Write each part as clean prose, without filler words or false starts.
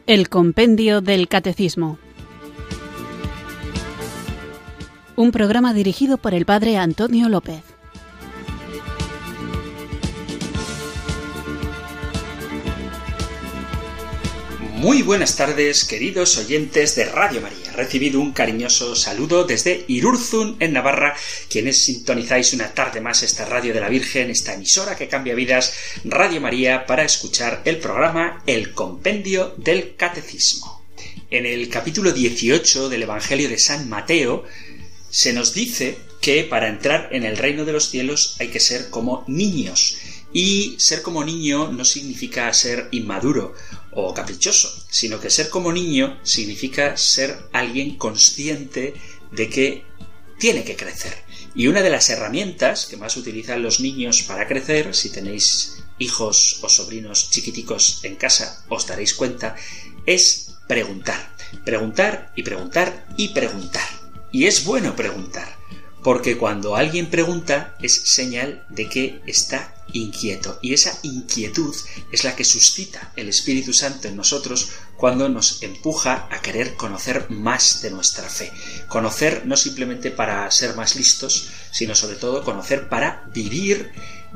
El Compendio del Catecismo. Un programa dirigido por el Padre Antonio López. Muy buenas tardes, queridos oyentes de Radio María. Recibido un cariñoso saludo desde Irurzun, en Navarra, quienes sintonizáis una tarde más esta Radio de la Virgen, esta emisora que cambia vidas, Radio María, para escuchar el programa El Compendio del Catecismo. En el capítulo 18 del Evangelio de San Mateo se nos dice que para entrar en el reino de los cielos hay que ser como niños. Y ser como niño no significa ser inmaduro o caprichoso, sino que ser como niño significa ser alguien consciente de que tiene que crecer. Y una de las herramientas que más utilizan los niños para crecer, si tenéis hijos o sobrinos chiquiticos en casa, os daréis cuenta, es preguntar. Preguntar y preguntar y preguntar. Y es bueno preguntar, porque cuando alguien pregunta es señal de que está inquieto, y esa inquietud es la que suscita el Espíritu Santo en nosotros cuando nos empuja a querer conocer más de nuestra fe. Conocer no simplemente para ser más listos, sino sobre todo conocer para vivir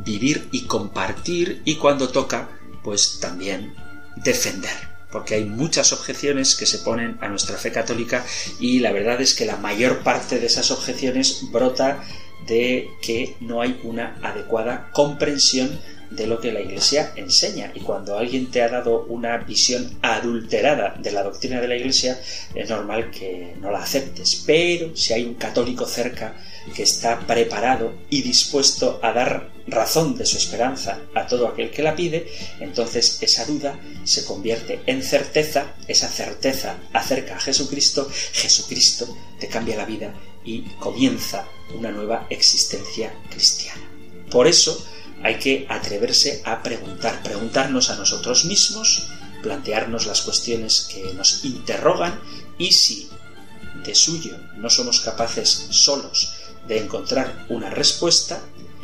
y compartir, y cuando toca, pues también defender. Porque hay muchas objeciones que se ponen a nuestra fe católica, y la verdad es que la mayor parte de esas objeciones brota de que no hay una adecuada comprensión de lo que la Iglesia enseña. Y cuando alguien te ha dado una visión adulterada de la doctrina de la Iglesia, es normal que no la aceptes. Pero si hay un católico cerca que está preparado y dispuesto a dar razón de su esperanza a todo aquel que la pide, entonces esa duda se convierte en certeza, esa certeza acerca a Jesucristo, Jesucristo te cambia la vida y comienza una nueva existencia cristiana. Por eso hay que atreverse a preguntarnos a nosotros mismos, plantearnos las cuestiones que nos interrogan, y si de suyo no somos capaces solos de encontrar una respuesta,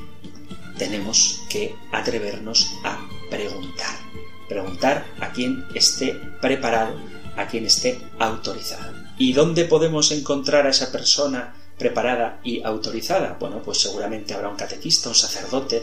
tenemos que atrevernos a preguntar a quien esté preparado, a quien esté autorizado. ¿Y dónde podemos encontrar a esa persona preparada y autorizada? Bueno, pues seguramente habrá un catequista, un sacerdote,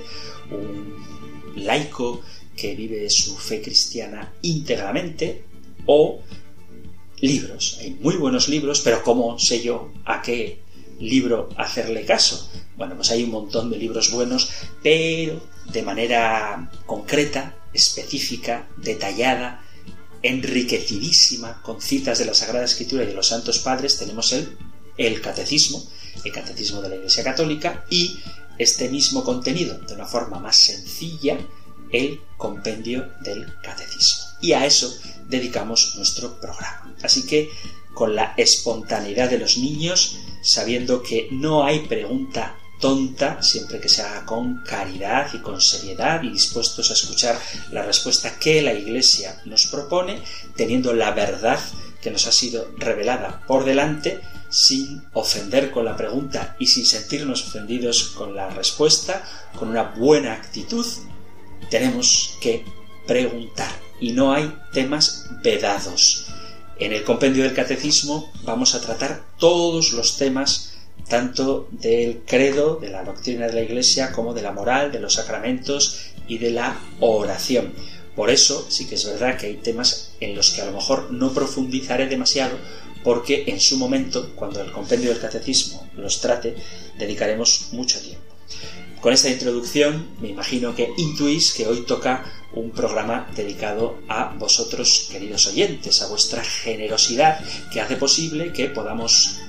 un laico que vive su fe cristiana íntegramente, o libros. Hay muy buenos libros, pero ¿cómo sé yo a qué libro hacerle caso? Bueno, pues hay un montón de libros buenos, pero de manera concreta, específica, detallada, enriquecidísima, con citas de la Sagrada Escritura y de los Santos Padres, tenemos el Catecismo de la Iglesia Católica, y este mismo contenido, de una forma más sencilla, el Compendio del Catecismo. Y a eso dedicamos nuestro programa. Así que, con la espontaneidad de los niños, sabiendo que no hay pregunta tonta, siempre que se haga con caridad y con seriedad, y dispuestos a escuchar la respuesta que la Iglesia nos propone, teniendo la verdad que nos ha sido revelada por delante, sin ofender con la pregunta y sin sentirnos ofendidos con la respuesta, con una buena actitud, tenemos que preguntar. Y no hay temas vedados. En el Compendio del Catecismo vamos a tratar todos los temas, tanto del credo, de la doctrina de la Iglesia, como de la moral, de los sacramentos y de la oración. Por eso sí que es verdad que hay temas en los que a lo mejor no profundizaré demasiado, porque en su momento, cuando el Compendio del Catecismo los trate, dedicaremos mucho tiempo. Con esta introducción me imagino que intuís que hoy toca un programa dedicado a vosotros, queridos oyentes, a vuestra generosidad, que hace posible que podamos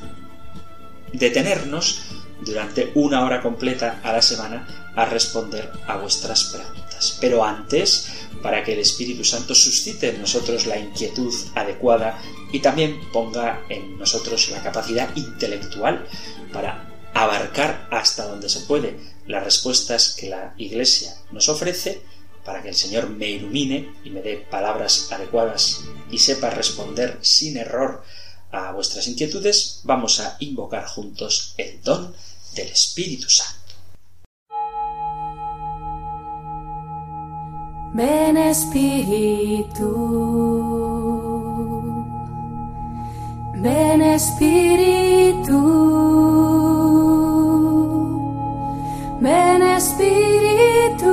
detenernos durante una hora completa a la semana a responder a vuestras preguntas. Pero antes, para que el Espíritu Santo suscite en nosotros la inquietud adecuada y también ponga en nosotros la capacidad intelectual para abarcar hasta donde se puede las respuestas que la Iglesia nos ofrece, para que el Señor me ilumine y me dé palabras adecuadas y sepa responder sin error a vuestras inquietudes, vamos a invocar juntos el don del Espíritu Santo. Ven Espíritu, Ven Espíritu, ven Espíritu.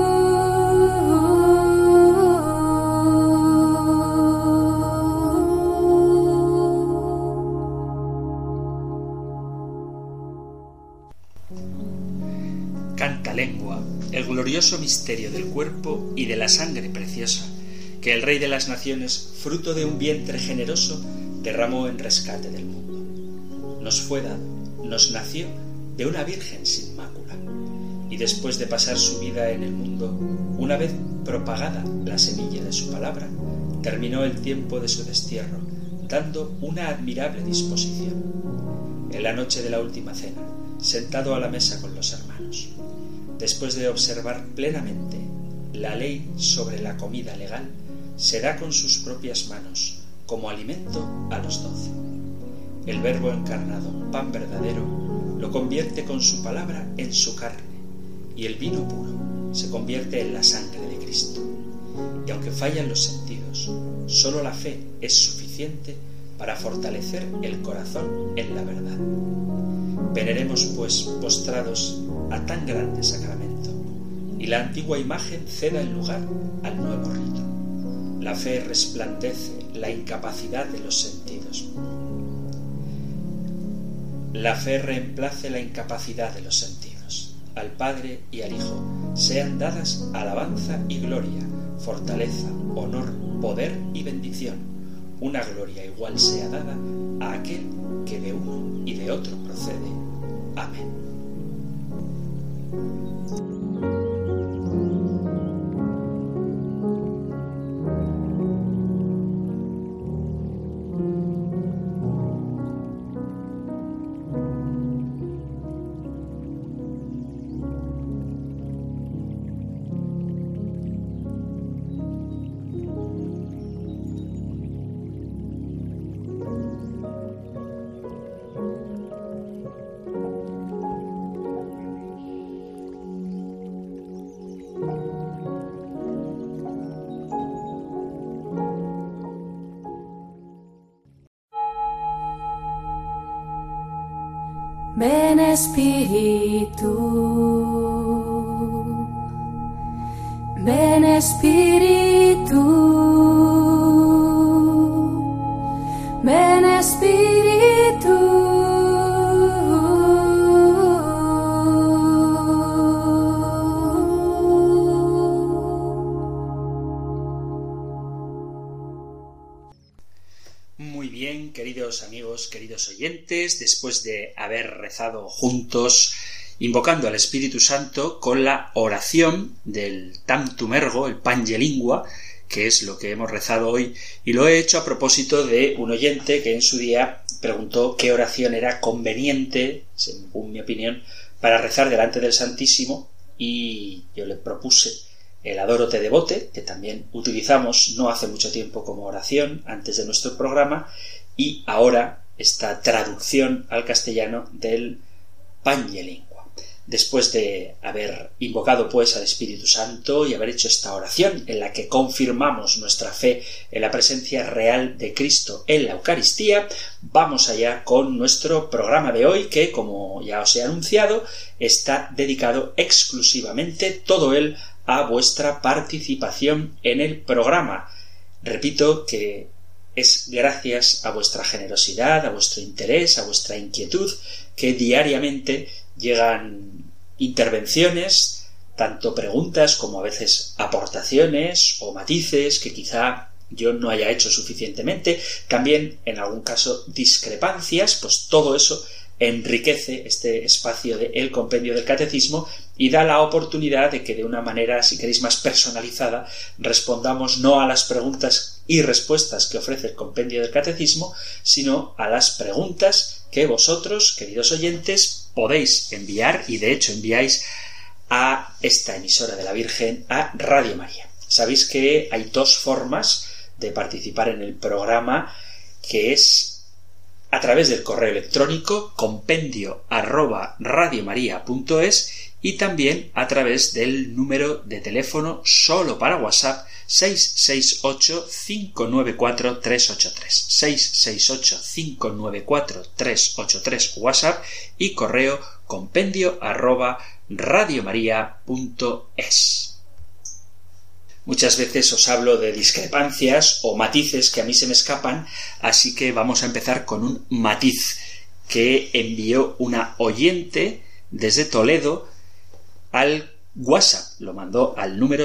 Canta lengua, el glorioso misterio del cuerpo y de la sangre preciosa, que el Rey de las Naciones, fruto de un vientre generoso, derramó en rescate del mundo. Nos fue dado, nos nació de una virgen sin mácula, y después de pasar su vida en el mundo, una vez propagada la semilla de su palabra, terminó el tiempo de su destierro, dando una admirable disposición. En la noche de la última cena, sentado a la mesa con los hermanos, después de observar plenamente la ley sobre la comida legal, se da con sus propias manos como alimento a los 12. El Verbo encarnado, pan verdadero, lo convierte con su palabra en su carne, y el vino puro se convierte en la sangre de Cristo. Y aunque fallan los sentidos, sólo la fe es suficiente para fortalecer el corazón en la verdad. Veneremos, pues, postrados a tan grande sacramento, y la antigua imagen ceda el lugar al nuevo rito. La fe resplandece la incapacidad de los sentidos. La fe reemplace la incapacidad de los sentidos. Al Padre y al Hijo sean dadas alabanza y gloria, fortaleza, honor, poder y bendición. Una gloria igual sea dada a aquel que de uno y de otro procede. Amén. Ven Espíritu, ven Espíritu, ven Espíritu. Muy bien, queridos amigos, queridos oyentes, después de haber rezado juntos, invocando al Espíritu Santo con la oración del Tantum Ergo, el Pange Lingua, que es lo que hemos rezado hoy, y lo he hecho a propósito de un oyente que en su día preguntó qué oración era conveniente, según mi opinión, para rezar delante del Santísimo, y yo le propuse el Adoro te devote, que también utilizamos no hace mucho tiempo como oración antes de nuestro programa, y ahora esta traducción al castellano del Pange Lingua. Después de haber invocado pues al Espíritu Santo y haber hecho esta oración en la que confirmamos nuestra fe en la presencia real de Cristo en la Eucaristía, vamos allá con nuestro programa de hoy, que, como ya os he anunciado, está dedicado exclusivamente todo él a vuestra participación en el programa. Repito que es gracias a vuestra generosidad, a vuestro interés, a vuestra inquietud, que diariamente llegan intervenciones, tanto preguntas como a veces aportaciones o matices que quizá yo no haya hecho suficientemente, también en algún caso discrepancias, pues todo eso enriquece este espacio de El Compendio del Catecismo y da la oportunidad de que de una manera, si queréis, más personalizada, respondamos no a las preguntas y respuestas que ofrece el Compendio del Catecismo, sino a las preguntas que vosotros, queridos oyentes, podéis enviar, y de hecho enviáis a esta emisora de la Virgen, a Radio María. Sabéis que hay dos formas de participar en el programa, que es a través del correo electrónico compendio@radiomaria.es y también a través del número de teléfono solo para WhatsApp 668-594-383, 668-594-383 WhatsApp y correo compendio@radiomaria.es. Muchas veces os hablo de discrepancias o matices que a mí se me escapan, así que vamos a empezar con un matiz que envió una oyente desde Toledo al WhatsApp. Lo mandó al número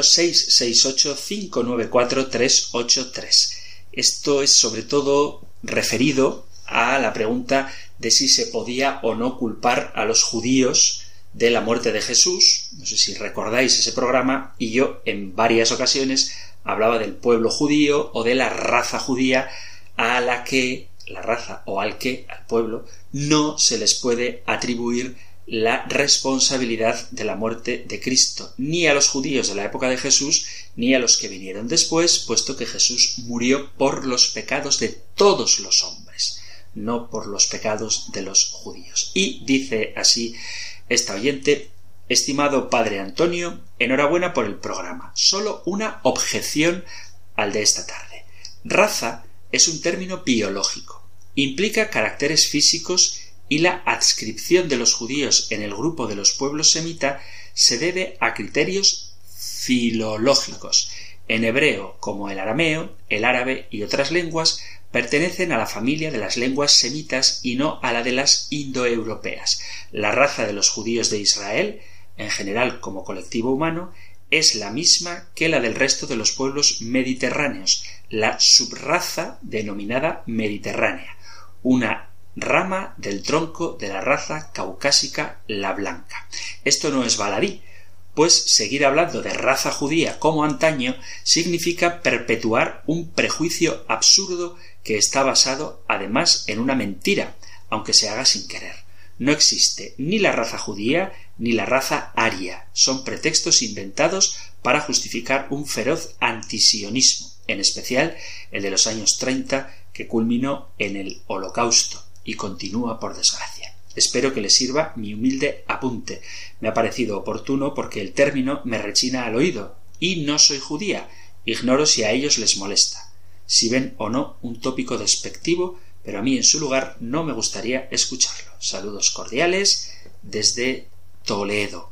668-594-383. Esto es sobre todo referido a la pregunta de si se podía o no culpar a los judíos de la muerte de Jesús. No sé si recordáis ese programa, y yo en varias ocasiones hablaba del pueblo judío o de la raza judía a la que, la raza o al pueblo, no se les puede atribuir la responsabilidad de la muerte de Cristo, ni a los judíos de la época de Jesús, ni a los que vinieron después, puesto que Jesús murió por los pecados de todos los hombres, no por los pecados de los judíos. Y dice así esta oyente: estimado padre Antonio, enhorabuena por el programa. Solo una objeción al de esta tarde. Raza es un término biológico. Implica caracteres físicos y la adscripción de los judíos en el grupo de los pueblos semita se debe a criterios filológicos. En hebreo, como el arameo, el árabe y otras lenguas, pertenecen a la familia de las lenguas semitas y no a la de las indoeuropeas. La raza de los judíos de Israel, en general como colectivo humano, es la misma que la del resto de los pueblos mediterráneos, la subraza denominada mediterránea, una rama del tronco de la raza caucásica la blanca. Esto no es baladí, pues seguir hablando de raza judía como antaño significa perpetuar un prejuicio absurdo que está basado además en una mentira, aunque se haga sin querer. No existe ni la raza judía ni la raza aria. Son pretextos inventados para justificar un feroz antisionismo, en especial el de los años 30, que culminó en el Holocausto y continúa por desgracia. Espero que les sirva mi humilde apunte. Me ha parecido oportuno porque el término me rechina al oído y no soy judía. Ignoro si a ellos les molesta, si ven o no un tópico despectivo, pero a mí en su lugar no me gustaría escucharlo. Saludos cordiales desde Toledo.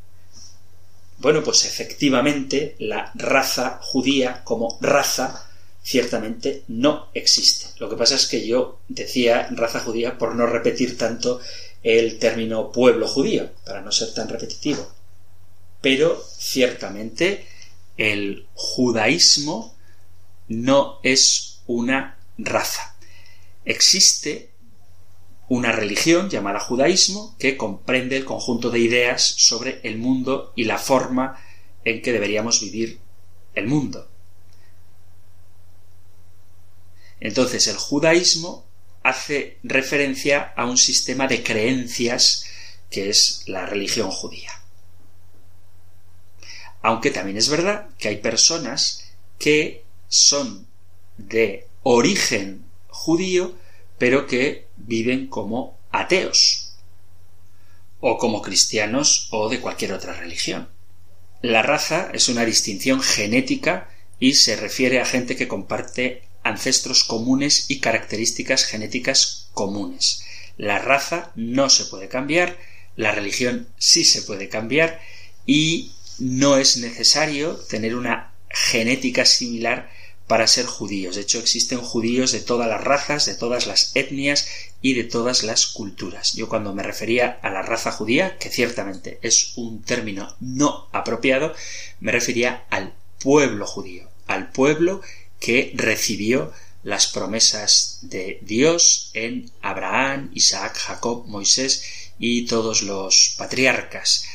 Bueno, pues efectivamente la raza judía como raza ciertamente no existe. Lo que pasa es que yo decía raza judía por no repetir tanto el término pueblo judío, para no ser tan repetitivo. Pero ciertamente el judaísmo no es una raza. Existe una religión llamada judaísmo que comprende el conjunto de ideas sobre el mundo y la forma en que deberíamos vivir el mundo. Entonces, el judaísmo hace referencia a un sistema de creencias que es la religión judía. Aunque también es verdad que hay personas que son de origen judío, pero que viven como ateos, o como cristianos, o de cualquier otra religión. La raza es una distinción genética y se refiere a gente que comparte ancestros comunes y características genéticas comunes. La raza no se puede cambiar, la religión sí se puede cambiar, y no es necesario tener una genética similar para ser judíos. De hecho, existen judíos de todas las razas, de todas las etnias y de todas las culturas. Yo, cuando me refería a la raza judía, que ciertamente es un término no apropiado, me refería al pueblo judío, al pueblo que recibió las promesas de Dios en Abraham, Isaac, Jacob, Moisés y todos los patriarcas.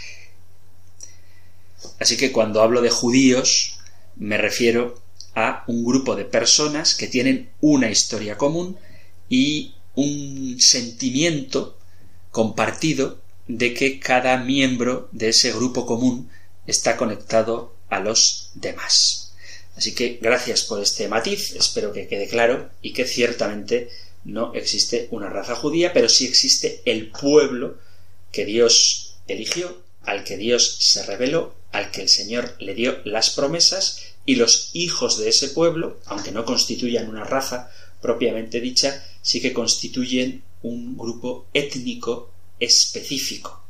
Así que cuando hablo de judíos me refiero a un grupo de personas que tienen una historia común y un sentimiento compartido de que cada miembro de ese grupo común está conectado a los demás. Así que gracias por este matiz, espero que quede claro y que ciertamente no existe una raza judía, pero sí existe el pueblo que Dios eligió al que Dios se reveló, al que el Señor le dio las promesas, y los hijos de ese pueblo, aunque no constituyan una raza propiamente dicha, sí que constituyen un grupo étnico específico.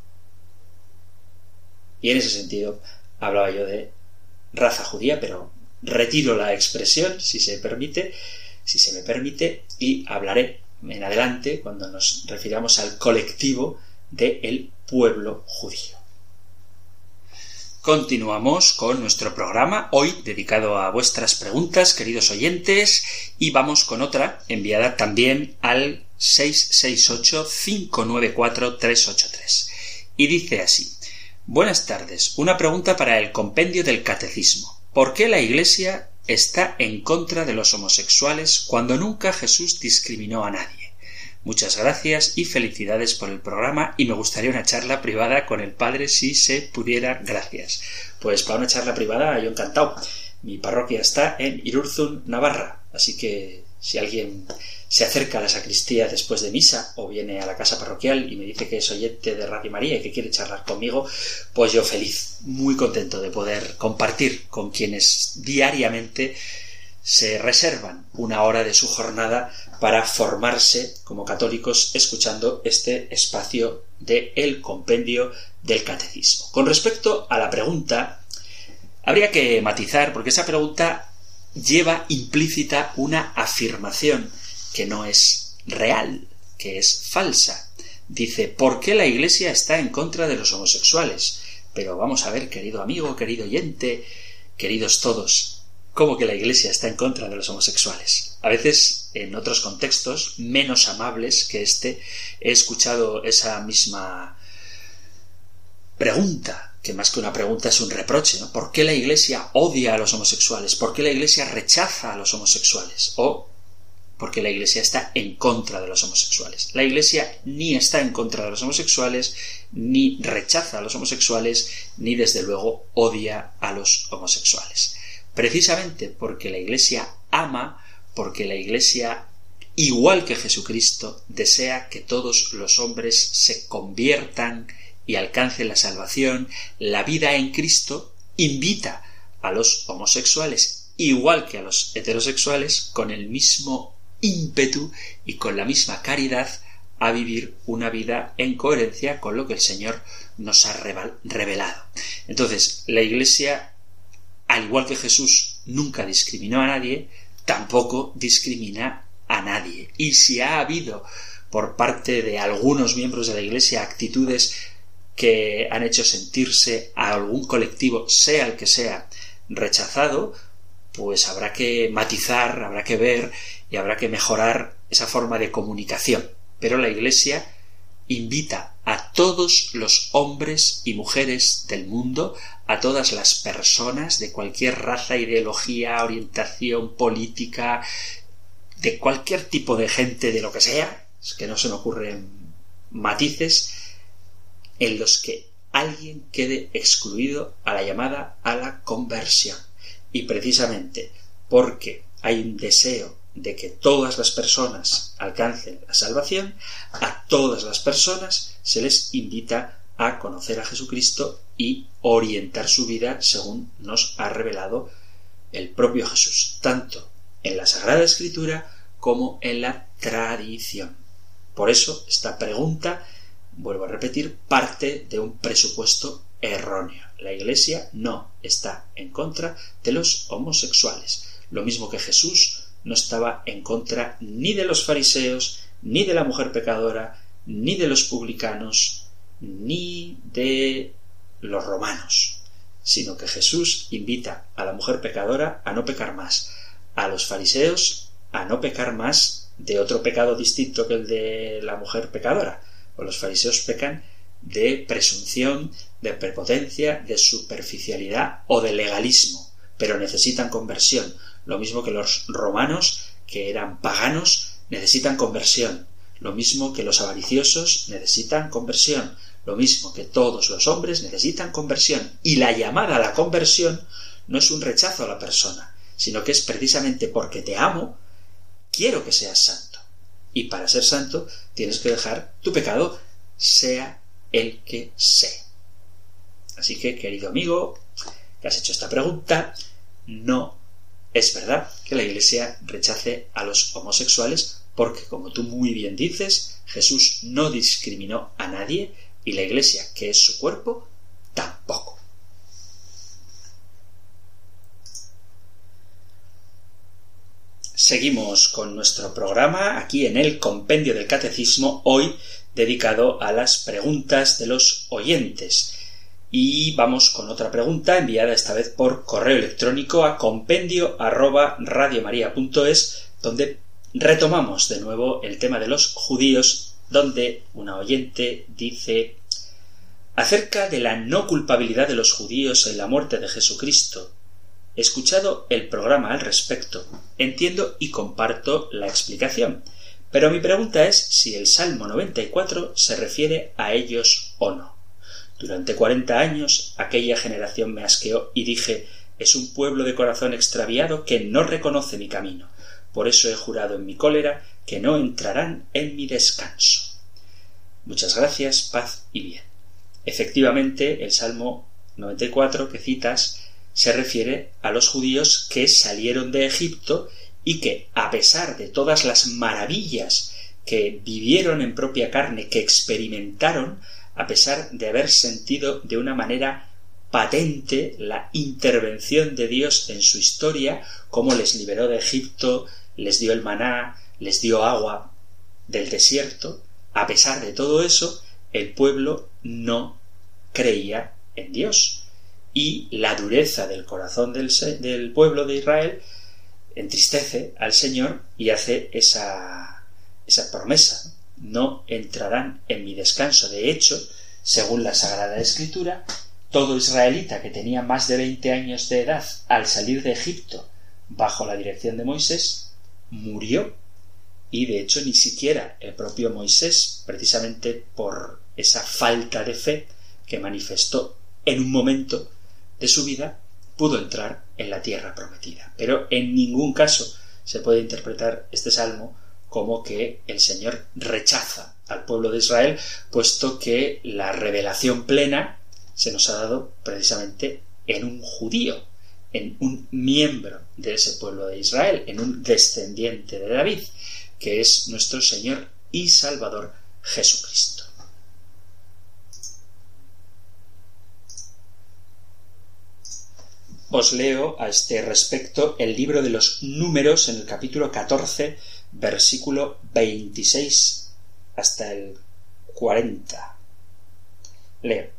Y en ese sentido hablaba yo de raza judía, pero retiro la expresión, si se me permite, y hablaré en adelante cuando nos refiramos al colectivo del pueblo judío. Continuamos con nuestro programa, hoy dedicado a vuestras preguntas, queridos oyentes, y vamos con otra enviada también al 668-594-383. Y dice así: Buenas tardes, una pregunta para el compendio del Catecismo. ¿Por qué la Iglesia está en contra de los homosexuales cuando nunca Jesús discriminó a nadie? Muchas gracias y felicidades por el programa, y me gustaría una charla privada con el padre si se pudiera. Gracias. Pues para una charla privada yo encantado. Mi parroquia está en Irurzun, Navarra, así que si alguien se acerca a la sacristía después de misa o viene a la casa parroquial y me dice que es oyente de Radio María y que quiere charlar conmigo, pues yo feliz, muy contento de poder compartir con quienes diariamente se reservan una hora de su jornada para formarse como católicos escuchando este espacio de El Compendio del Catecismo. Con respecto a la pregunta, habría que matizar, porque esa pregunta lleva implícita una afirmación que no es real, que es falsa. Dice: ¿por qué la Iglesia está en contra de los homosexuales? Pero vamos a ver, querido amigo, querido oyente, queridos todos, ¿cómo que la Iglesia está en contra de los homosexuales? A veces, en otros contextos menos amables que este, he escuchado esa misma pregunta, que más que una pregunta es un reproche, ¿no? ¿Por qué la Iglesia odia a los homosexuales? ¿Por qué la Iglesia rechaza a los homosexuales? O ¿por qué la Iglesia está en contra de los homosexuales? La Iglesia ni está en contra de los homosexuales, ni rechaza a los homosexuales, ni desde luego odia a los homosexuales. Precisamente porque la Iglesia ama, porque la Iglesia, igual que Jesucristo, desea que todos los hombres se conviertan y alcancen la salvación, la vida en Cristo, invita a los homosexuales, igual que a los heterosexuales, con el mismo ímpetu y con la misma caridad, a vivir una vida en coherencia con lo que el Señor nos ha revelado. Entonces, la Iglesia, al igual que Jesús nunca discriminó a nadie, tampoco discrimina a nadie. Y si ha habido por parte de algunos miembros de la Iglesia actitudes que han hecho sentirse a algún colectivo, sea el que sea, rechazado, pues habrá que matizar, habrá que ver y habrá que mejorar esa forma de comunicación. Pero la Iglesia invita a todos los hombres y mujeres del mundo, a todas las personas de cualquier raza, ideología, orientación política, de cualquier tipo de gente, de lo que sea, es que no se me ocurren matices en los que alguien quede excluido a la llamada a la conversión. Y precisamente porque hay un deseo de que todas las personas alcancen la salvación, a todas las personas se les invita a conocer a Jesucristo y orientar su vida según nos ha revelado el propio Jesús, tanto en la Sagrada Escritura como en la tradición. Por eso esta pregunta, vuelvo a repetir, parte de un presupuesto erróneo. La Iglesia no está en contra de los homosexuales, lo mismo que Jesús no estaba en contra ni de los fariseos, ni de la mujer pecadora, ni de los publicanos, ni de los romanos, sino que Jesús invita a la mujer pecadora a no pecar más, a los fariseos a no pecar más de otro pecado distinto que el de la mujer pecadora. O los fariseos pecan de presunción, de prepotencia, de superficialidad o de legalismo, pero necesitan conversión. Lo mismo que los romanos, que eran paganos, necesitan conversión. Lo mismo que los avariciosos necesitan conversión. Lo mismo que todos los hombres necesitan conversión. Y la llamada a la conversión no es un rechazo a la persona, sino que es precisamente porque te amo, quiero que seas santo. Y para ser santo tienes que dejar tu pecado, sea el que sea. Así que, querido amigo, que has hecho esta pregunta, no es verdad que la Iglesia rechace a los homosexuales porque, como tú muy bien dices, Jesús no discriminó a nadie y la Iglesia, que es su cuerpo, tampoco. Seguimos con nuestro programa aquí en el Compendio del Catecismo, hoy dedicado a las preguntas de los oyentes. Y vamos con otra pregunta enviada esta vez por correo electrónico a compendio@radiomaria.es, donde retomamos de nuevo el tema de los judíos, donde una oyente dice: acerca de la no culpabilidad de los judíos en la muerte de Jesucristo. He escuchado el programa al respecto, entiendo y comparto la explicación, pero mi pregunta es si el Salmo 94 se refiere a ellos o no. Durante 40 años aquella generación me asqueó y dije: es un pueblo de corazón extraviado que no reconoce mi camino. Por eso he jurado en mi cólera que no entrarán en mi descanso. Muchas gracias, paz y bien. Efectivamente, el Salmo 94 que citas se refiere a los judíos que salieron de Egipto y que, a pesar de todas las maravillas que vivieron en propia carne, que experimentaron, a pesar de haber sentido de una manera patente la intervención de Dios en su historia, cómo les liberó de Egipto, les dio el maná, les dio agua del desierto, a pesar de todo eso, el pueblo no creía en Dios. Y la dureza del corazón del pueblo de Israel entristece al Señor y hace esa promesa: no entrarán en mi descanso. De hecho, según la Sagrada Escritura, todo israelita que tenía más de 20 años de edad al salir de Egipto bajo la dirección de Moisés murió. Y de hecho ni siquiera el propio Moisés, precisamente por esa falta de fe que manifestó en un momento de su vida, pudo entrar en la tierra prometida. Pero en ningún caso se puede interpretar este salmo como que el Señor rechaza al pueblo de Israel, puesto que la revelación plena se nos ha dado precisamente en un judío, en un miembro de ese pueblo de Israel, en un descendiente de David, que es nuestro Señor y Salvador Jesucristo. Os leo a este respecto el libro de los Números en el capítulo 14, versículo 26 hasta el 40. Leo.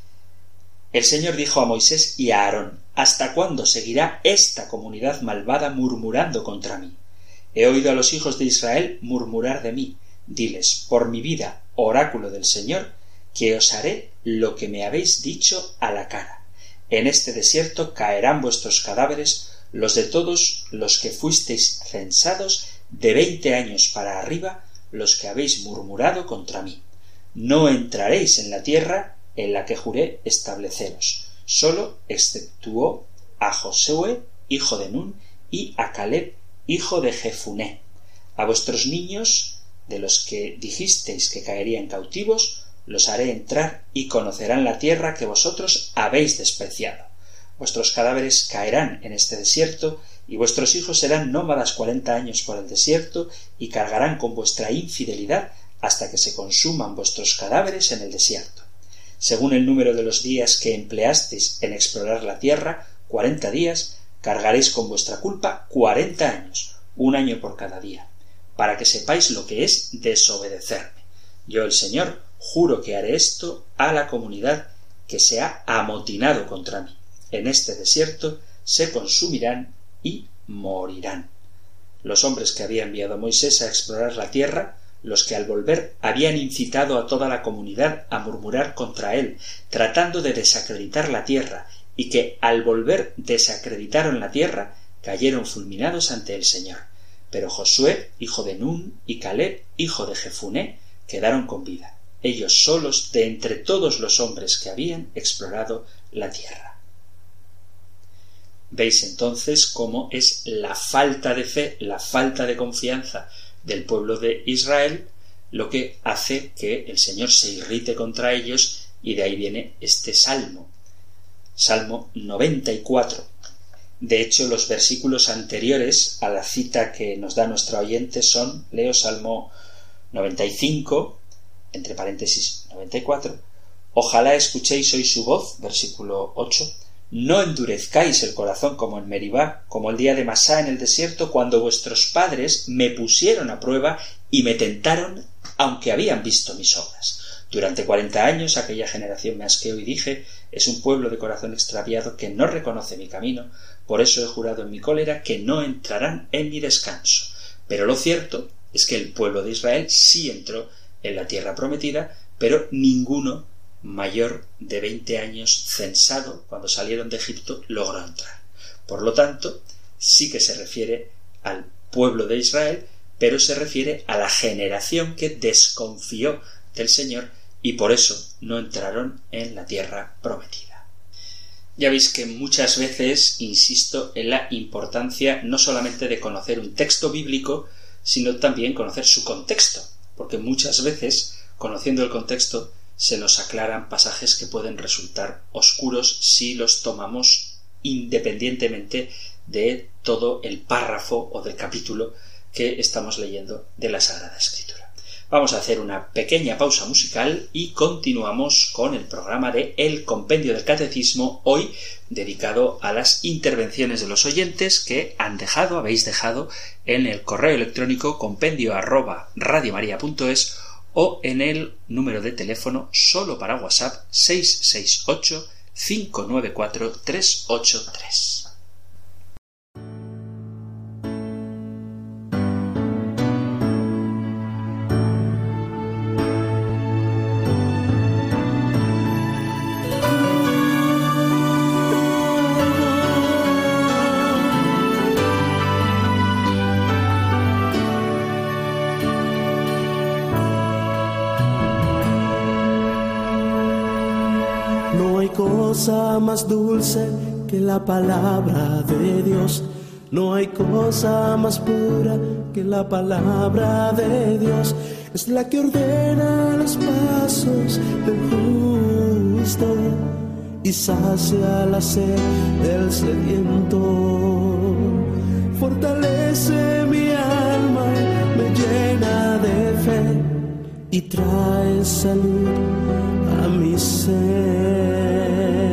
El Señor dijo a Moisés y a Aarón: ¿hasta cuándo seguirá esta comunidad malvada murmurando contra mí? He oído a los hijos de Israel murmurar de mí. Diles: por mi vida, oráculo del Señor, que os haré lo que me habéis dicho a la cara. En este desierto caerán vuestros cadáveres, los de todos los que fuisteis censados de 20 años para arriba, los que habéis murmurado contra mí. No entraréis en la tierra en la que juré estableceros. Solo exceptuó a Josué, hijo de Nun, y a Caleb, hijo de Jefuné. A vuestros niños, de los que dijisteis que caerían cautivos, los haré entrar y conocerán la tierra que vosotros habéis despreciado. Vuestros cadáveres caerán en este desierto, y vuestros hijos serán nómadas 40 años por el desierto, y cargarán con vuestra infidelidad hasta que se consuman vuestros cadáveres en el desierto. Según el número de los días que empleasteis en explorar la tierra, 40 días, cargaréis con vuestra culpa 40 años, 1 año por cada día, para que sepáis lo que es desobedecerme. Yo, el Señor, juro que haré esto a la comunidad que se ha amotinado contra mí. En este desierto se consumirán y morirán. Los hombres que había enviado Moisés a explorar la tierra, los que al volver habían incitado a toda la comunidad a murmurar contra él, tratando de desacreditar la tierra, y que al volver desacreditaron la tierra, cayeron fulminados ante el Señor. Pero Josué, hijo de Nun, y Caleb, hijo de Jefuné, quedaron con vida, ellos solos de entre todos los hombres que habían explorado la tierra. Veis entonces cómo es la falta de fe, la falta de confianza del pueblo de Israel lo que hace que el Señor se irrite contra ellos, y de ahí viene este salmo. Salmo 94. De hecho, los versículos anteriores a la cita que nos da nuestra oyente son, leo Salmo 95, entre paréntesis 94, ojalá escuchéis hoy su voz, versículo 8, no endurezcáis el corazón como en Meribá, como el día de Masá en el desierto, cuando vuestros padres me pusieron a prueba y me tentaron, aunque habían visto mis obras. Durante 40 años aquella generación me asqueó y dije, es un pueblo de corazón extraviado que no reconoce mi camino, por eso he jurado en mi cólera que no entrarán en mi descanso. Pero lo cierto es que el pueblo de Israel sí entró en la tierra prometida, pero ninguno mayor de 20 años censado cuando salieron de Egipto logró entrar. Por lo tanto, sí que se refiere al pueblo de Israel, pero se refiere a la generación que desconfió del Señor y por eso no entraron en la tierra prometida. Ya veis que muchas veces insisto en la importancia no solamente de conocer un texto bíblico, sino también conocer su contexto, porque muchas veces, conociendo el contexto, se nos aclaran pasajes que pueden resultar oscuros si los tomamos independientemente de todo el párrafo o del capítulo que estamos leyendo de la Sagrada Escritura. Vamos a hacer una pequeña pausa musical y continuamos con el programa de El Compendio del Catecismo, hoy dedicado a las intervenciones de los oyentes que habéis dejado en el correo electrónico compendio@radiomaria.es o en el número de teléfono solo para WhatsApp 668 594 383. Cosa más dulce que la palabra de Dios, no hay cosa más pura que la palabra de Dios, es la que ordena los pasos del justo y sacia la sed del sediento, fortalece mi alma, me llena de fe y trae salud a mi ser.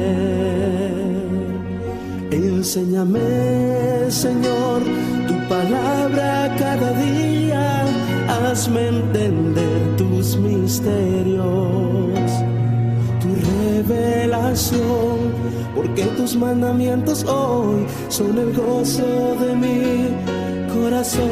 Enséñame, Señor, tu palabra cada día, hazme entender tus misterios, tu revelación, porque tus mandamientos hoy son el gozo de mi corazón.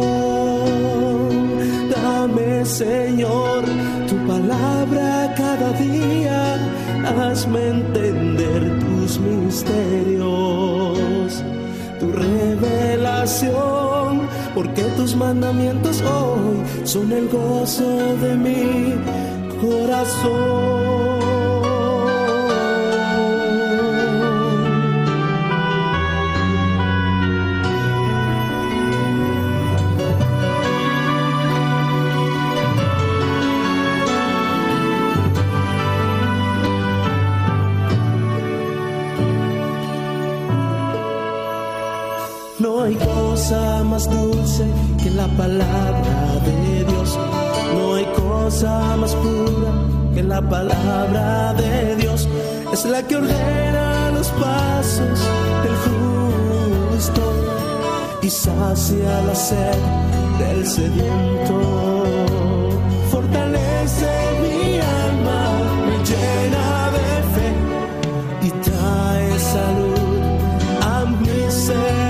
Dame, Señor, tu palabra cada día, hazme entender tus misterios, tu revelación, porque tus mandamientos hoy son el gozo de mi corazón. No hay cosa más dulce que la palabra de Dios, no hay cosa más pura que la palabra de Dios, es la que ordena los pasos del justo y sacia la sed del sediento, fortalece mi alma, me llena de fe y trae salud a mi ser.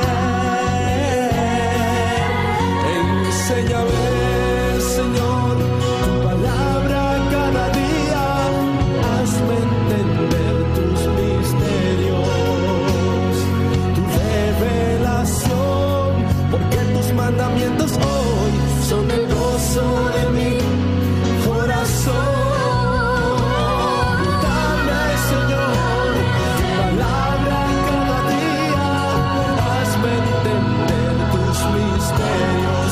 Enséñame, Señor, tu palabra cada día, hazme entender tus misterios, tu revelación, porque tus mandamientos hoy son el gozo de mi corazón. Dame, Señor, tu palabra cada día, hazme entender tus misterios,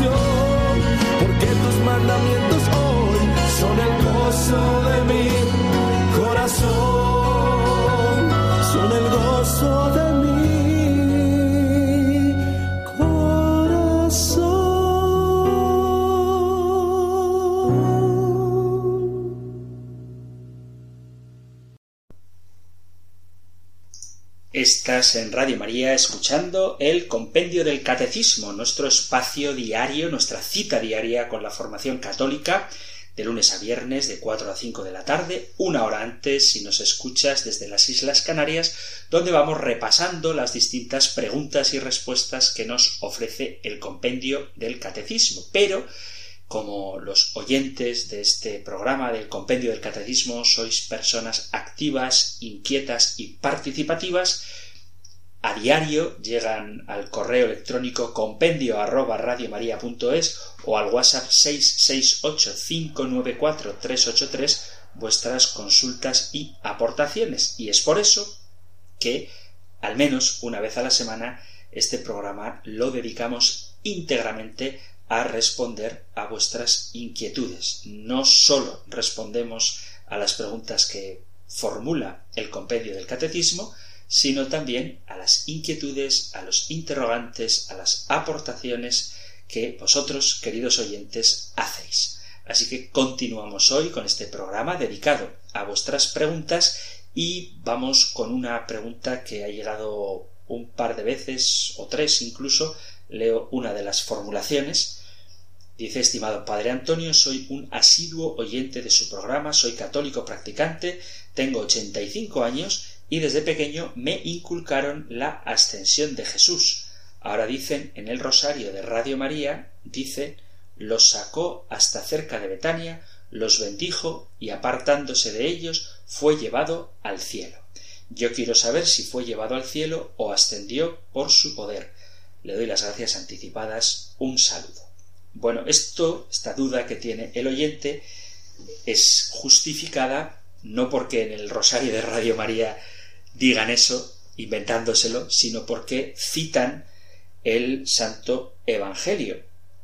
porque tus mandamientos hoy son el gozo de mi Estás en Radio María escuchando el Compendio del Catecismo, nuestro espacio diario, nuestra cita diaria con la formación católica, de lunes a viernes de 4 a 5 de la tarde, una hora antes si nos escuchas desde las Islas Canarias, donde vamos repasando las distintas preguntas y respuestas que nos ofrece el Compendio del Catecismo. Pero, como los oyentes de este programa del Compendio del Catecismo sois personas activas, inquietas y participativas, a diario llegan al correo electrónico compendio@radiomaria.es o al WhatsApp 668-594-383 vuestras consultas y aportaciones. Y es por eso que, al menos una vez a la semana, este programa lo dedicamos íntegramente a responder a vuestras inquietudes. No solo respondemos a las preguntas que formula el Compendio del Catecismo, sino también a las inquietudes, a los interrogantes, a las aportaciones que vosotros, queridos oyentes, hacéis. Así que continuamos hoy con este programa dedicado a vuestras preguntas y vamos con una pregunta que ha llegado un par de veces, o tres incluso. Leo una de las formulaciones. Dice: estimado Padre Antonio, soy un asiduo oyente de su programa, soy católico practicante, tengo 85 años y desde pequeño me inculcaron la ascensión de Jesús. Ahora dicen en el rosario de Radio María, dice: los sacó hasta cerca de Betania, los bendijo y apartándose de ellos fue llevado al cielo. Yo quiero saber si fue llevado al cielo o ascendió por su poder. Le doy las gracias anticipadas. Un saludo. Bueno, esta duda que tiene el oyente es justificada no porque en el rosario de Radio María digan eso, inventándoselo, sino porque citan el Santo Evangelio.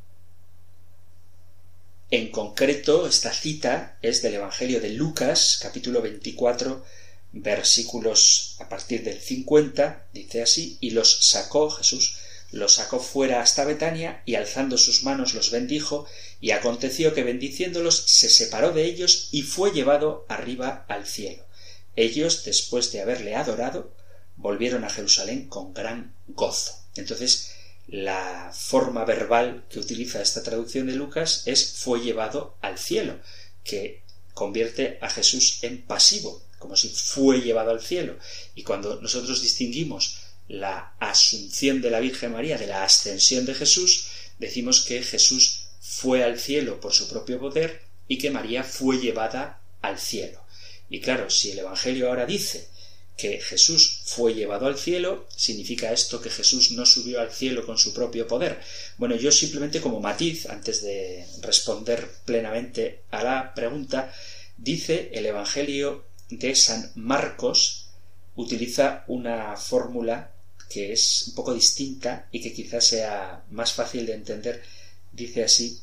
En concreto, esta cita es del Evangelio de Lucas, capítulo 24, versículos a partir del 50, dice así: y Jesús los sacó fuera hasta Betania, y alzando sus manos los bendijo, y aconteció que bendiciéndolos se separó de ellos y fue llevado arriba al cielo. Ellos, después de haberle adorado, volvieron a Jerusalén con gran gozo. Entonces, la forma verbal que utiliza esta traducción de Lucas es fue llevado al cielo, que convierte a Jesús en pasivo, como si fue llevado al cielo. Y cuando nosotros distinguimos la asunción de la Virgen María de la ascensión de Jesús, decimos que Jesús fue al cielo por su propio poder y que María fue llevada al cielo. Y claro, si el Evangelio ahora dice que Jesús fue llevado al cielo, ¿significa esto que Jesús no subió al cielo con su propio poder? Bueno, yo simplemente como matiz, antes de responder plenamente a la pregunta, dice el Evangelio de San Marcos, utiliza una fórmula que es un poco distinta y que quizás sea más fácil de entender. Dice así,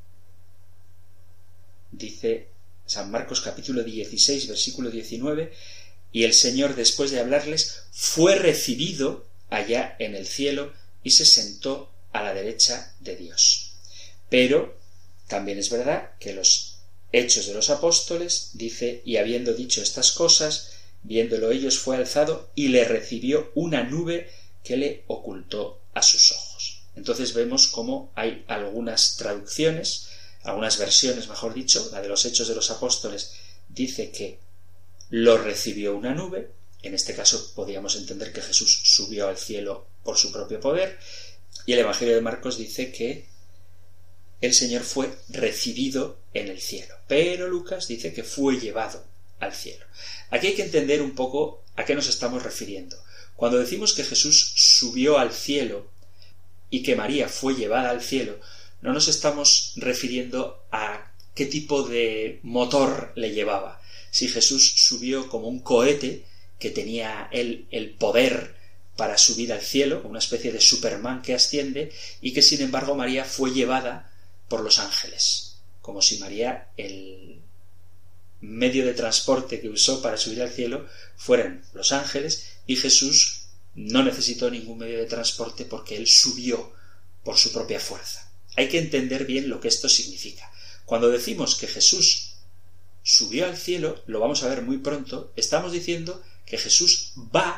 dice San Marcos capítulo 16, versículo 19: y el Señor, después de hablarles, fue recibido allá en el cielo y se sentó a la derecha de Dios. Pero también es verdad que los Hechos de los Apóstoles dice: y habiendo dicho estas cosas, viéndolo ellos, fue alzado y le recibió una nube que le ocultó a sus ojos. Entonces vemos cómo hay algunas traducciones, algunas versiones, mejor dicho, la de los Hechos de los Apóstoles dice que lo recibió una nube. En este caso podríamos entender que Jesús subió al cielo por su propio poder, y el Evangelio de Marcos dice que el Señor fue recibido en el cielo, pero Lucas dice que fue llevado al cielo. Aquí hay que entender un poco a qué nos estamos refiriendo. Cuando decimos que Jesús subió al cielo y que María fue llevada al cielo, no nos estamos refiriendo a qué tipo de motor le llevaba. Si Jesús subió como un cohete, que tenía él el poder para subir al cielo, una especie de Superman que asciende, y que sin embargo María fue llevada por los ángeles, como si María, el medio de transporte que usó para subir al cielo, fueran los ángeles, y Jesús no necesitó ningún medio de transporte porque él subió por su propia fuerza. Hay que entender bien lo que esto significa. Cuando decimos que Jesús subió al cielo, lo vamos a ver muy pronto, estamos diciendo que Jesús va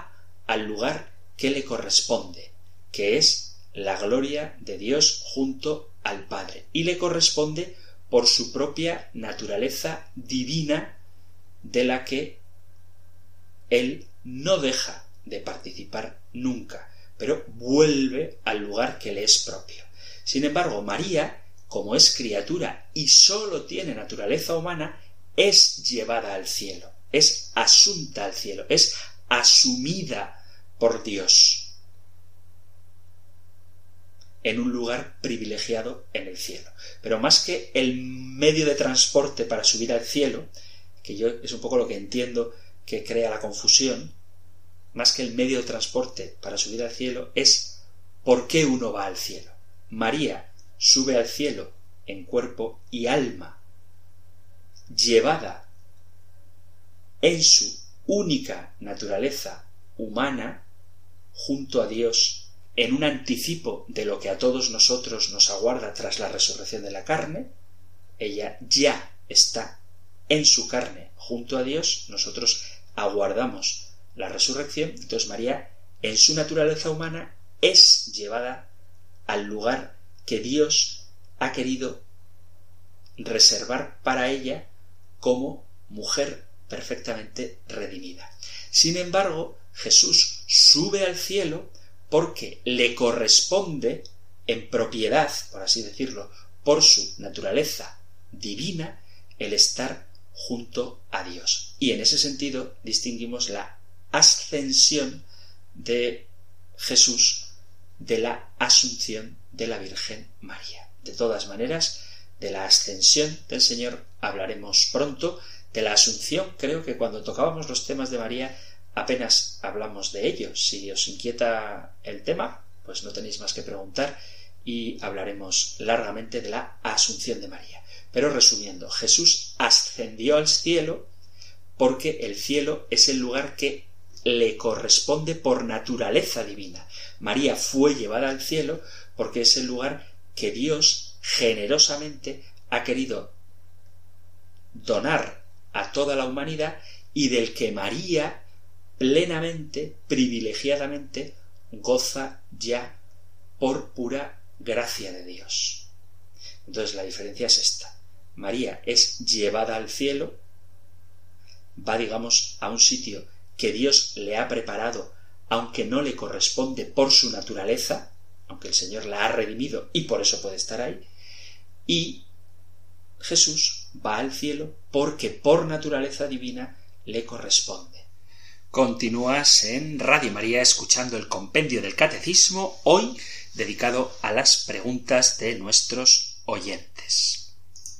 al lugar que le corresponde, que es la gloria de Dios junto al Padre, y le corresponde por su propia naturaleza divina, de la que él no deja de participar nunca, pero vuelve al lugar que le es propio. Sin embargo, María, como es criatura y sólo tiene naturaleza humana, es llevada al cielo, es asunta al cielo, es asumida por Dios en un lugar privilegiado en el cielo. Pero más que el medio de transporte para subir al cielo, que yo es un poco lo que entiendo que crea la confusión, más que el medio de transporte para subir al cielo, es por qué uno va al cielo. María sube al cielo en cuerpo y alma, llevada en su única naturaleza humana junto a Dios, en un anticipo de lo que a todos nosotros nos aguarda tras la resurrección de la carne. Ella ya está en su carne junto a Dios, nosotros aguardamos la resurrección. Entonces María, en su naturaleza humana, es llevada al lugar que Dios ha querido reservar para ella como mujer perfectamente redimida. Sin embargo, Jesús sube al cielo porque le corresponde en propiedad, por así decirlo, por su naturaleza divina, el estar junto a Dios. Y en ese sentido distinguimos la ascensión de Jesús de la asunción de la Virgen María. De todas maneras, de la ascensión del Señor hablaremos pronto. De la asunción, creo que cuando tocábamos los temas de María apenas hablamos de ello. Si os inquieta el tema, pues no tenéis más que preguntar y hablaremos largamente de la asunción de María. Pero resumiendo, Jesús ascendió al cielo porque el cielo es el lugar que le corresponde por naturaleza divina. María fue llevada al cielo porque es el lugar que Dios generosamente ha querido donar a toda la humanidad y del que María plenamente, privilegiadamente, goza ya por pura gracia de Dios. Entonces la diferencia es esta. María es llevada al cielo, va, digamos, a un sitio que Dios le ha preparado, aunque no le corresponde por su naturaleza, aunque el Señor la ha redimido y por eso puede estar ahí, y Jesús va al cielo porque por naturaleza divina le corresponde. Continúas en Radio María escuchando el compendio del Catecismo, hoy dedicado a las preguntas de nuestros oyentes.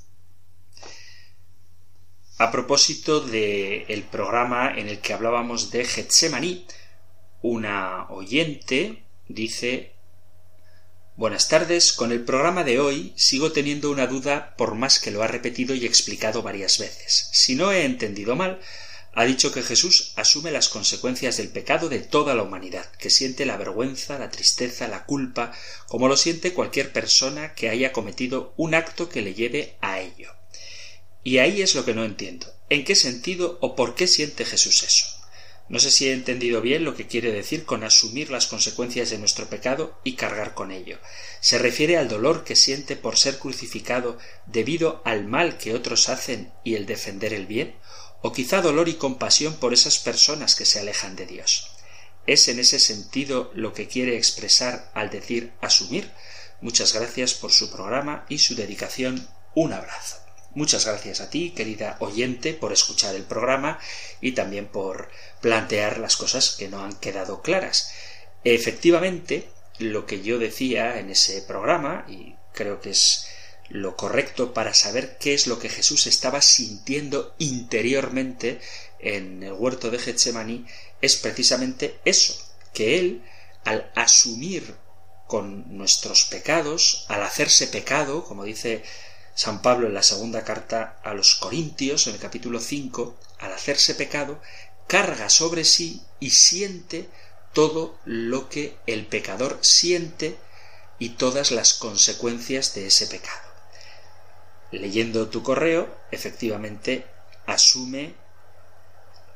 A propósito del programa en el que hablábamos de Getsemaní, una oyente dice: buenas tardes, con el programa de hoy sigo teniendo una duda por más que lo ha repetido y explicado varias veces. Si no he entendido mal, ha dicho que Jesús asume las consecuencias del pecado de toda la humanidad, que siente la vergüenza, la tristeza, la culpa, como lo siente cualquier persona que haya cometido un acto que le lleve a ello. Y ahí es lo que no entiendo. ¿En qué sentido o por qué siente Jesús eso? No sé si he entendido bien lo que quiere decir con asumir las consecuencias de nuestro pecado y cargar con ello. ¿Se refiere al dolor que siente por ser crucificado debido al mal que otros hacen y el defender el bien? ¿O quizá dolor y compasión por esas personas que se alejan de Dios? ¿Es en ese sentido lo que quiere expresar al decir asumir? Muchas gracias por su programa y su dedicación. Un abrazo. Muchas gracias a ti, querida oyente, por escuchar el programa y también por plantear las cosas que no han quedado claras. Efectivamente, lo que yo decía en ese programa, y creo que es lo correcto para saber qué es lo que Jesús estaba sintiendo interiormente en el huerto de Getsemaní, es precisamente eso, que él, al asumir con nuestros pecados, al hacerse pecado, como dice San Pablo en la segunda carta a los Corintios, en el capítulo 5, al hacerse pecado, carga sobre sí y siente todo lo que el pecador siente y todas las consecuencias de ese pecado. Leyendo tu correo, efectivamente asume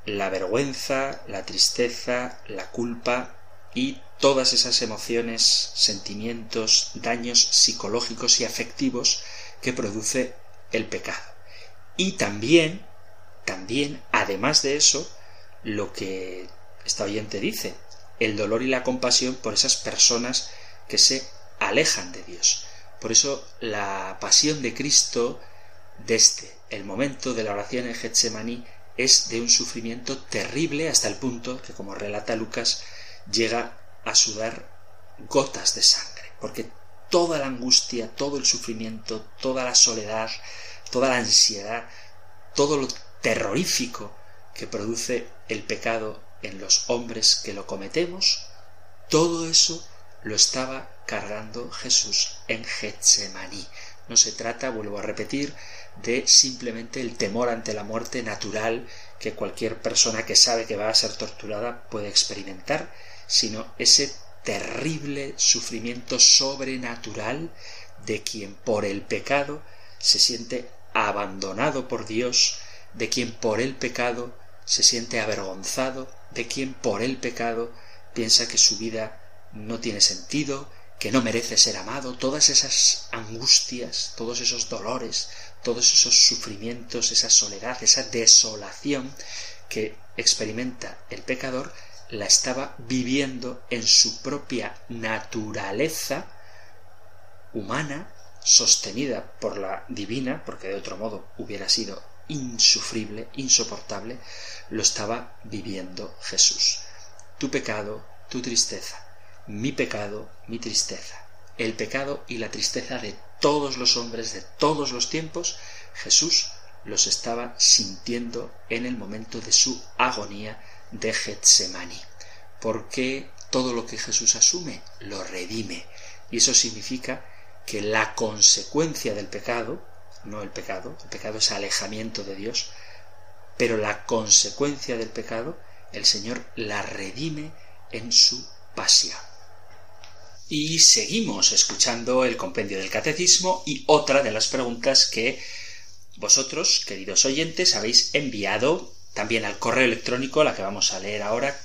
la vergüenza, la tristeza, la culpa y todas esas emociones, sentimientos, daños psicológicos y afectivos que produce el pecado. Y también, además de eso, lo que esta oyente dice, el dolor y la compasión por esas personas que se alejan de Dios. Por eso la pasión de Cristo, desde el momento de la oración en Getsemaní, es de un sufrimiento terrible hasta el punto que, como relata Lucas, llega a sudar gotas de sangre, porque toda la angustia, todo el sufrimiento, toda la soledad, toda la ansiedad, todo lo terrorífico que produce el pecado en los hombres que lo cometemos, todo eso lo estaba cargando Jesús en Getsemaní. No se trata, vuelvo a repetir, de simplemente el temor ante la muerte natural que cualquier persona que sabe que va a ser torturada puede experimentar, sino ese terrible sufrimiento sobrenatural de quien por el pecado se siente abandonado por Dios, de quien por el pecado se siente avergonzado, de quien por el pecado piensa que su vida no tiene sentido, que no merece ser amado. Todas esas angustias, todos esos dolores, todos esos sufrimientos, esa soledad, esa desolación que experimenta el pecador, la estaba viviendo en su propia naturaleza humana, sostenida por la divina, porque de otro modo hubiera sido insufrible, insoportable, lo estaba viviendo Jesús. Tu pecado, tu tristeza, mi pecado, mi tristeza, el pecado y la tristeza de todos los hombres de todos los tiempos, Jesús los estaba sintiendo en el momento de su agonía de Getsemaní, porque todo lo que Jesús asume lo redime, y eso significa que la consecuencia del pecado, no el pecado es alejamiento de Dios, pero la consecuencia del pecado el Señor la redime en su pasión. Y seguimos escuchando el compendio del Catecismo y otra de las preguntas que vosotros, queridos oyentes, habéis enviado también al correo electrónico, la que vamos a leer ahora,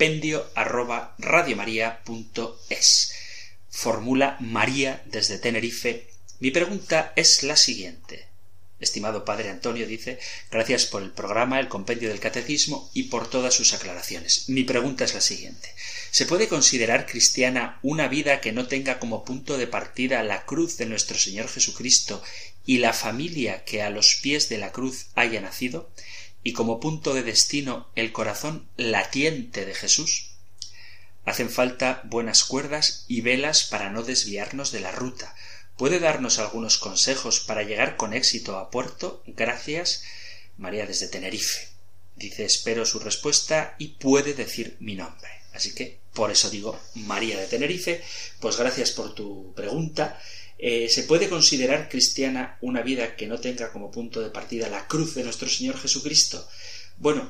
compendio@radiomaria.es. Formula María desde Tenerife. Mi pregunta es la siguiente. Estimado Padre Antonio, dice, gracias por el programa, el compendio del Catecismo y por todas sus aclaraciones. Mi pregunta es la siguiente. ¿Se puede considerar cristiana una vida que no tenga como punto de partida la cruz de nuestro Señor Jesucristo y la familia que a los pies de la cruz haya nacido, y como punto de destino el corazón latiente de Jesús? Hacen falta buenas cuerdas y velas para no desviarnos de la ruta. ¿Puede darnos algunos consejos para llegar con éxito a puerto? Gracias, María desde Tenerife. Dice, espero su respuesta y puede decir mi nombre. Así que, por eso digo, María de Tenerife, pues gracias por tu pregunta. ¿Se puede considerar cristiana una vida que no tenga como punto de partida la cruz de nuestro Señor Jesucristo? Bueno,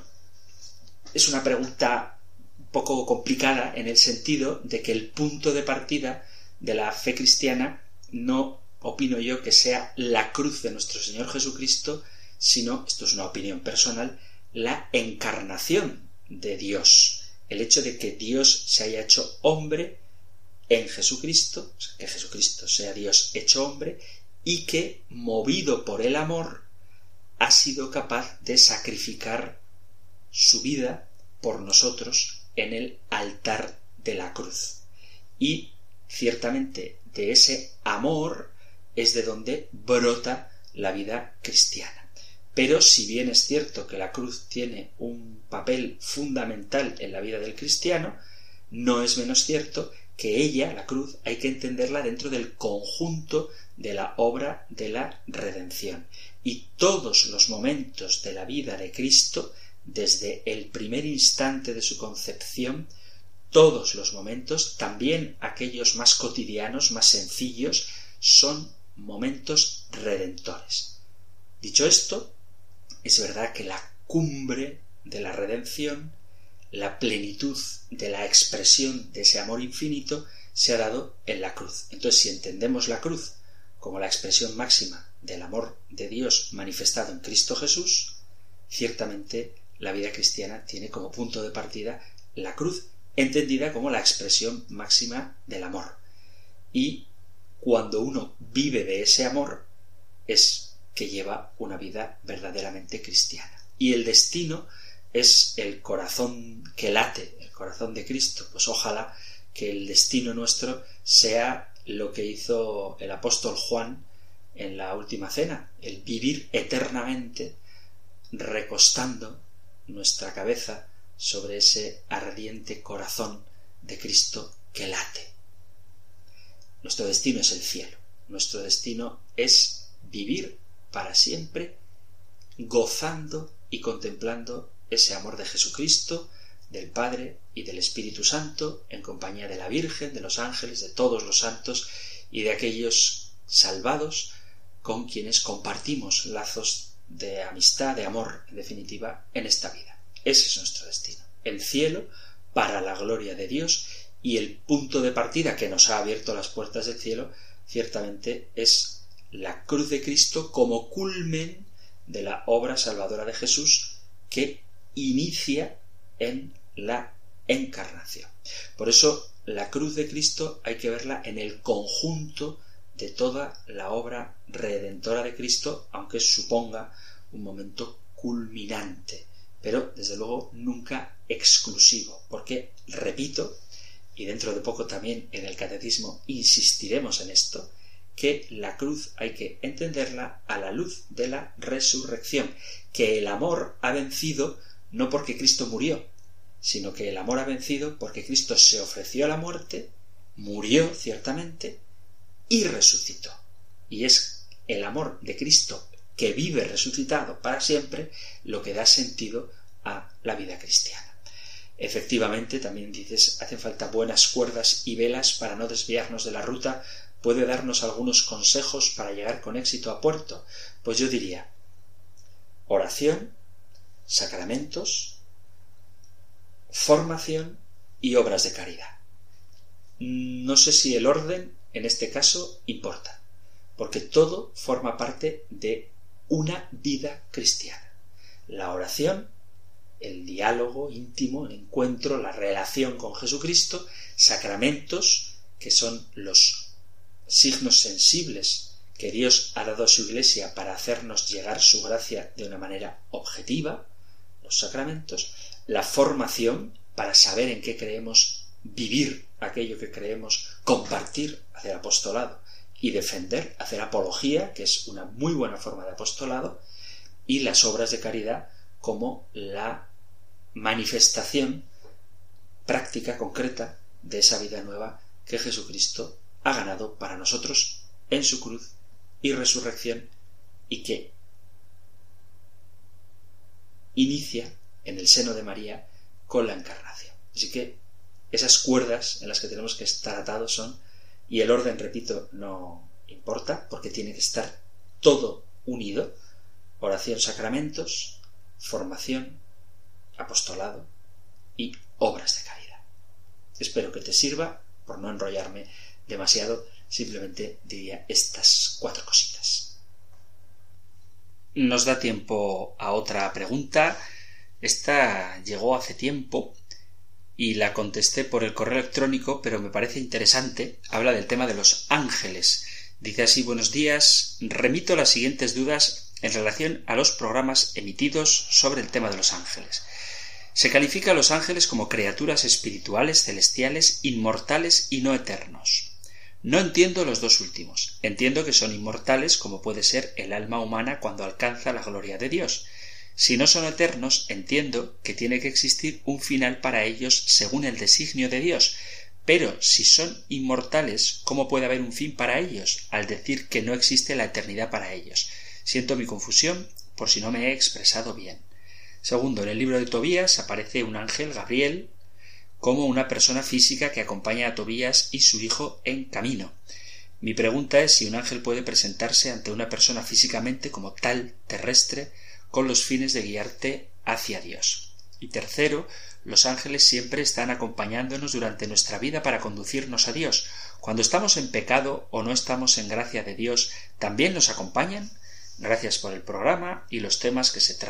es una pregunta un poco complicada en el sentido de que el punto de partida de la fe cristiana no opino yo que sea la cruz de nuestro Señor Jesucristo, sino, esto es una opinión personal, la encarnación de Dios. El hecho de que Dios se haya hecho hombre en Jesucristo, que Jesucristo sea Dios hecho hombre, y que, movido por el amor, ha sido capaz de sacrificar su vida por nosotros en el altar de la cruz. Y, ciertamente, de ese amor es de donde brota la vida cristiana. Pero si bien es cierto que la cruz tiene un papel fundamental en la vida del cristiano, no es menos cierto que ella, la cruz, hay que entenderla dentro del conjunto de la obra de la redención. Y todos los momentos de la vida de Cristo, desde el primer instante de su concepción, todos los momentos, también aquellos más cotidianos, más sencillos, son momentos redentores. Dicho esto, es verdad que la cumbre de la redención, la plenitud de la expresión de ese amor infinito, se ha dado en la cruz. Entonces, si entendemos la cruz como la expresión máxima del amor de Dios manifestado en Cristo Jesús, ciertamente la vida cristiana tiene como punto de partida la cruz, entendida como la expresión máxima del amor. Y cuando uno vive de ese amor, es que lleva una vida verdaderamente cristiana. Y el destino es el corazón que late, el corazón de Cristo. Pues ojalá que el destino nuestro sea lo que hizo el apóstol Juan en la última cena, el vivir eternamente recostando nuestra cabeza sobre ese ardiente corazón de Cristo que late. Nuestro destino es el cielo. Nuestro destino es vivir para siempre gozando y contemplando ese amor de Jesucristo, del Padre y del Espíritu Santo, en compañía de la Virgen, de los ángeles, de todos los santos y de aquellos salvados con quienes compartimos lazos de amistad, de amor, en definitiva, en esta vida. Ese es nuestro destino. El cielo para la gloria de Dios, y el punto de partida que nos ha abierto las puertas del cielo ciertamente es la cruz de Cristo como culmen de la obra salvadora de Jesús que inicia en la encarnación. Por eso la cruz de Cristo hay que verla en el conjunto de toda la obra redentora de Cristo, aunque suponga un momento culminante, pero desde luego nunca exclusivo, porque, repito, y dentro de poco también en el catecismo insistiremos en esto, que la cruz hay que entenderla a la luz de la resurrección, que el amor ha vencido no porque Cristo murió, sino que el amor ha vencido porque Cristo se ofreció a la muerte, murió ciertamente y resucitó. Y es el amor de Cristo que vive resucitado para siempre lo que da sentido a la vida cristiana. Efectivamente, también dices, hacen falta buenas cuerdas y velas para no desviarnos de la ruta. ¿Puede darnos algunos consejos para llegar con éxito a puerto? Pues yo diría oración, sacramentos, formación y obras de caridad. No sé si el orden en este caso importa, porque todo forma parte de una vida cristiana. La oración, el diálogo íntimo, el encuentro, la relación con Jesucristo, sacramentos, que son los signos sensibles que Dios ha dado a su Iglesia para hacernos llegar su gracia de una manera objetiva, los sacramentos, la formación para saber en qué creemos, vivir aquello que creemos, compartir, hacer apostolado y defender, hacer apología, que es una muy buena forma de apostolado, y las obras de caridad como la manifestación práctica, concreta, de esa vida nueva que Jesucristo ha ganado para nosotros en su cruz y resurrección, y que inicia en el seno de María con la encarnación. Así que esas cuerdas en las que tenemos que estar atados son, y el orden, repito, no importa, porque tiene que estar todo unido: oración, sacramentos, formación, apostolado y obras de caridad. Espero que te sirva. Por no enrollarme demasiado, simplemente diría estas 4 cositas. Nos da tiempo a otra pregunta. Esta llegó hace tiempo y la contesté por el correo electrónico, pero me parece interesante. Habla del tema de los ángeles. Dice así: buenos días, remito las siguientes dudas en relación a los programas emitidos sobre el tema de los ángeles. Se califica a los ángeles como criaturas espirituales, celestiales, inmortales y no eternos. No entiendo los dos últimos. Entiendo que son inmortales, como puede ser el alma humana cuando alcanza la gloria de Dios. Si no son eternos, entiendo que tiene que existir un final para ellos según el designio de Dios. Pero si son inmortales, ¿cómo puede haber un fin para ellos, al decir que no existe la eternidad para ellos? Siento mi confusión por si no me he expresado bien. Segundo, en el libro de Tobías aparece un ángel, Gabriel, como una persona física que acompaña a Tobías y su hijo en camino. Mi pregunta es si un ángel puede presentarse ante una persona físicamente como tal, terrestre, con los fines de guiarte hacia Dios. Y tercero, los ángeles siempre están acompañándonos durante nuestra vida para conducirnos a Dios. Cuando estamos en pecado o no estamos en gracia de Dios, ¿también nos acompañan? Gracias por el programa y los temas que se tratan.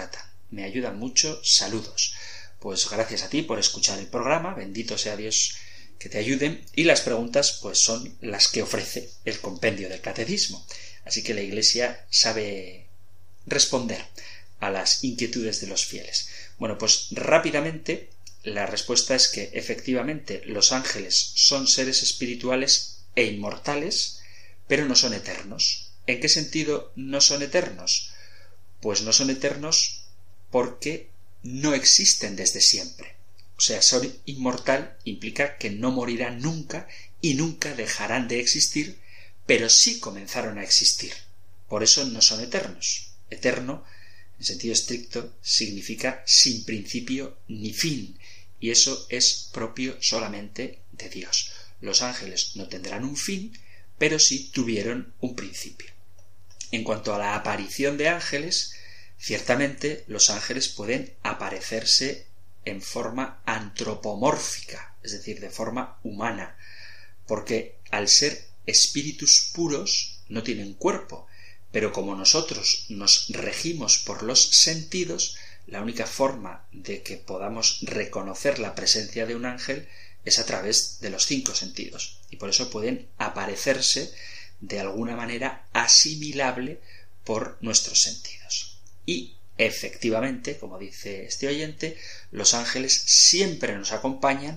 me ayudan mucho, saludos. Pues gracias a ti por escuchar el programa, bendito sea Dios que te ayuden, y las preguntas pues son las que ofrece el compendio del catecismo. Así que la Iglesia sabe responder a las inquietudes de los fieles. Bueno, pues rápidamente la respuesta es que efectivamente los ángeles son seres espirituales e inmortales, pero no son eternos. ¿En qué sentido no son eternos? Pues no son eternos porque no existen desde siempre. O sea, ser inmortal implica que no morirán nunca y nunca dejarán de existir, pero sí comenzaron a existir. Por eso no son eternos. Eterno, en sentido estricto, significa sin principio ni fin, y eso es propio solamente de Dios. Los ángeles no tendrán un fin, pero sí tuvieron un principio. En cuanto a la aparición de ángeles, ciertamente los ángeles pueden aparecerse en forma antropomórfica, es decir, de forma humana, porque al ser espíritus puros no tienen cuerpo, pero como nosotros nos regimos por los sentidos, la única forma de que podamos reconocer la presencia de un ángel es a través de los 5 sentidos, y por eso pueden aparecerse de alguna manera asimilable por nuestros sentidos. Y efectivamente, como dice este oyente, los ángeles siempre nos acompañan,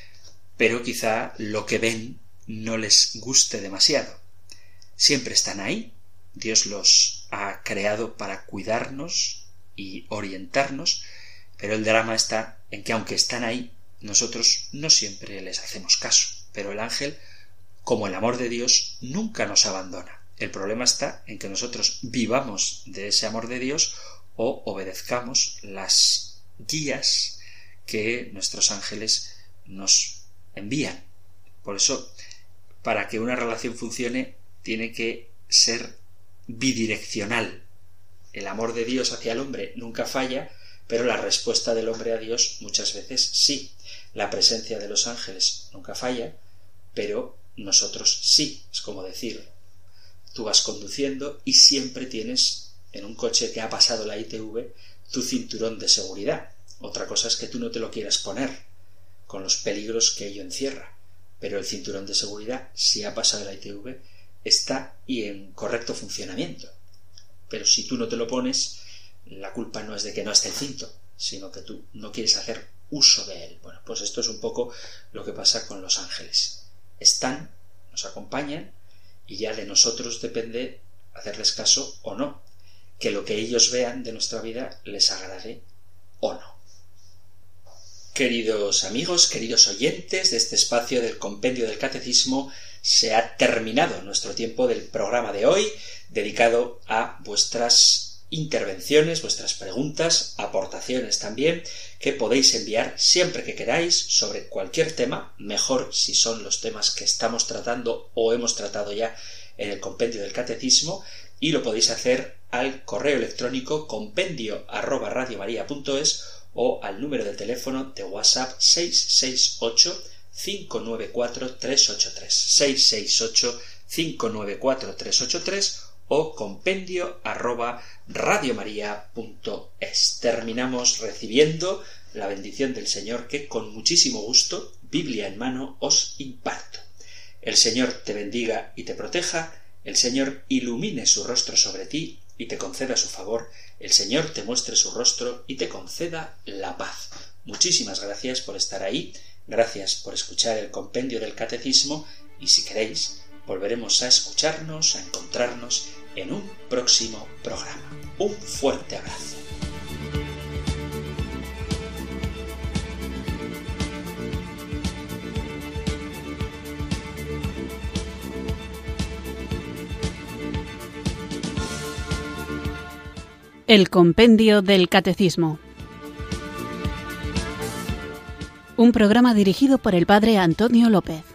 pero quizá lo que ven no les guste demasiado. Siempre están ahí, Dios los ha creado para cuidarnos y orientarnos, pero el drama está en que aunque están ahí, nosotros no siempre les hacemos caso. Pero el ángel, como el amor de Dios, nunca nos abandona. El problema está en que nosotros vivamos de ese amor de Dios o obedezcamos las guías que nuestros ángeles nos envían. Por eso, para que una relación funcione, tiene que ser bidireccional. El amor de Dios hacia el hombre nunca falla, pero la respuesta del hombre a Dios muchas veces sí. La presencia de los ángeles nunca falla, pero nosotros sí. Es como decir, tú vas conduciendo y siempre tienes en un coche que ha pasado la ITV tu cinturón de seguridad. Otra cosa es que tú no te lo quieras poner, con los peligros que ello encierra, pero el cinturón de seguridad, si ha pasado la ITV, está y en correcto funcionamiento. Pero si tú no te lo pones, la culpa no es de que no esté el cinto, sino que tú no quieres hacer uso de él. Bueno, pues esto es un poco lo que pasa con los ángeles. Están, nos acompañan, y ya de nosotros depende hacerles caso o no, que lo que ellos vean de nuestra vida les agrade o no. Queridos amigos, queridos oyentes de este espacio del Compendio del Catecismo, se ha terminado nuestro tiempo del programa de hoy, dedicado a vuestras intervenciones, vuestras preguntas, aportaciones también, que podéis enviar siempre que queráis sobre cualquier tema, mejor si son los temas que estamos tratando o hemos tratado ya en el Compendio del Catecismo, y lo podéis hacer al correo electrónico compendio@radiomaria.es o al número de teléfono de WhatsApp 668-594-383, 668-594-383 o compendio@radiomaria.es. Terminamos recibiendo la bendición del Señor que con muchísimo gusto, Biblia en mano, os imparto. El Señor te bendiga y te proteja, el Señor ilumine su rostro sobre ti y te conceda su favor, el Señor te muestre su rostro y te conceda la paz. Muchísimas gracias por estar ahí, gracias por escuchar el Compendio del Catecismo, y si queréis, volveremos a escucharnos, a encontrarnos en un próximo programa. Un fuerte abrazo. El Compendio del Catecismo. Un programa dirigido por el Padre Antonio López.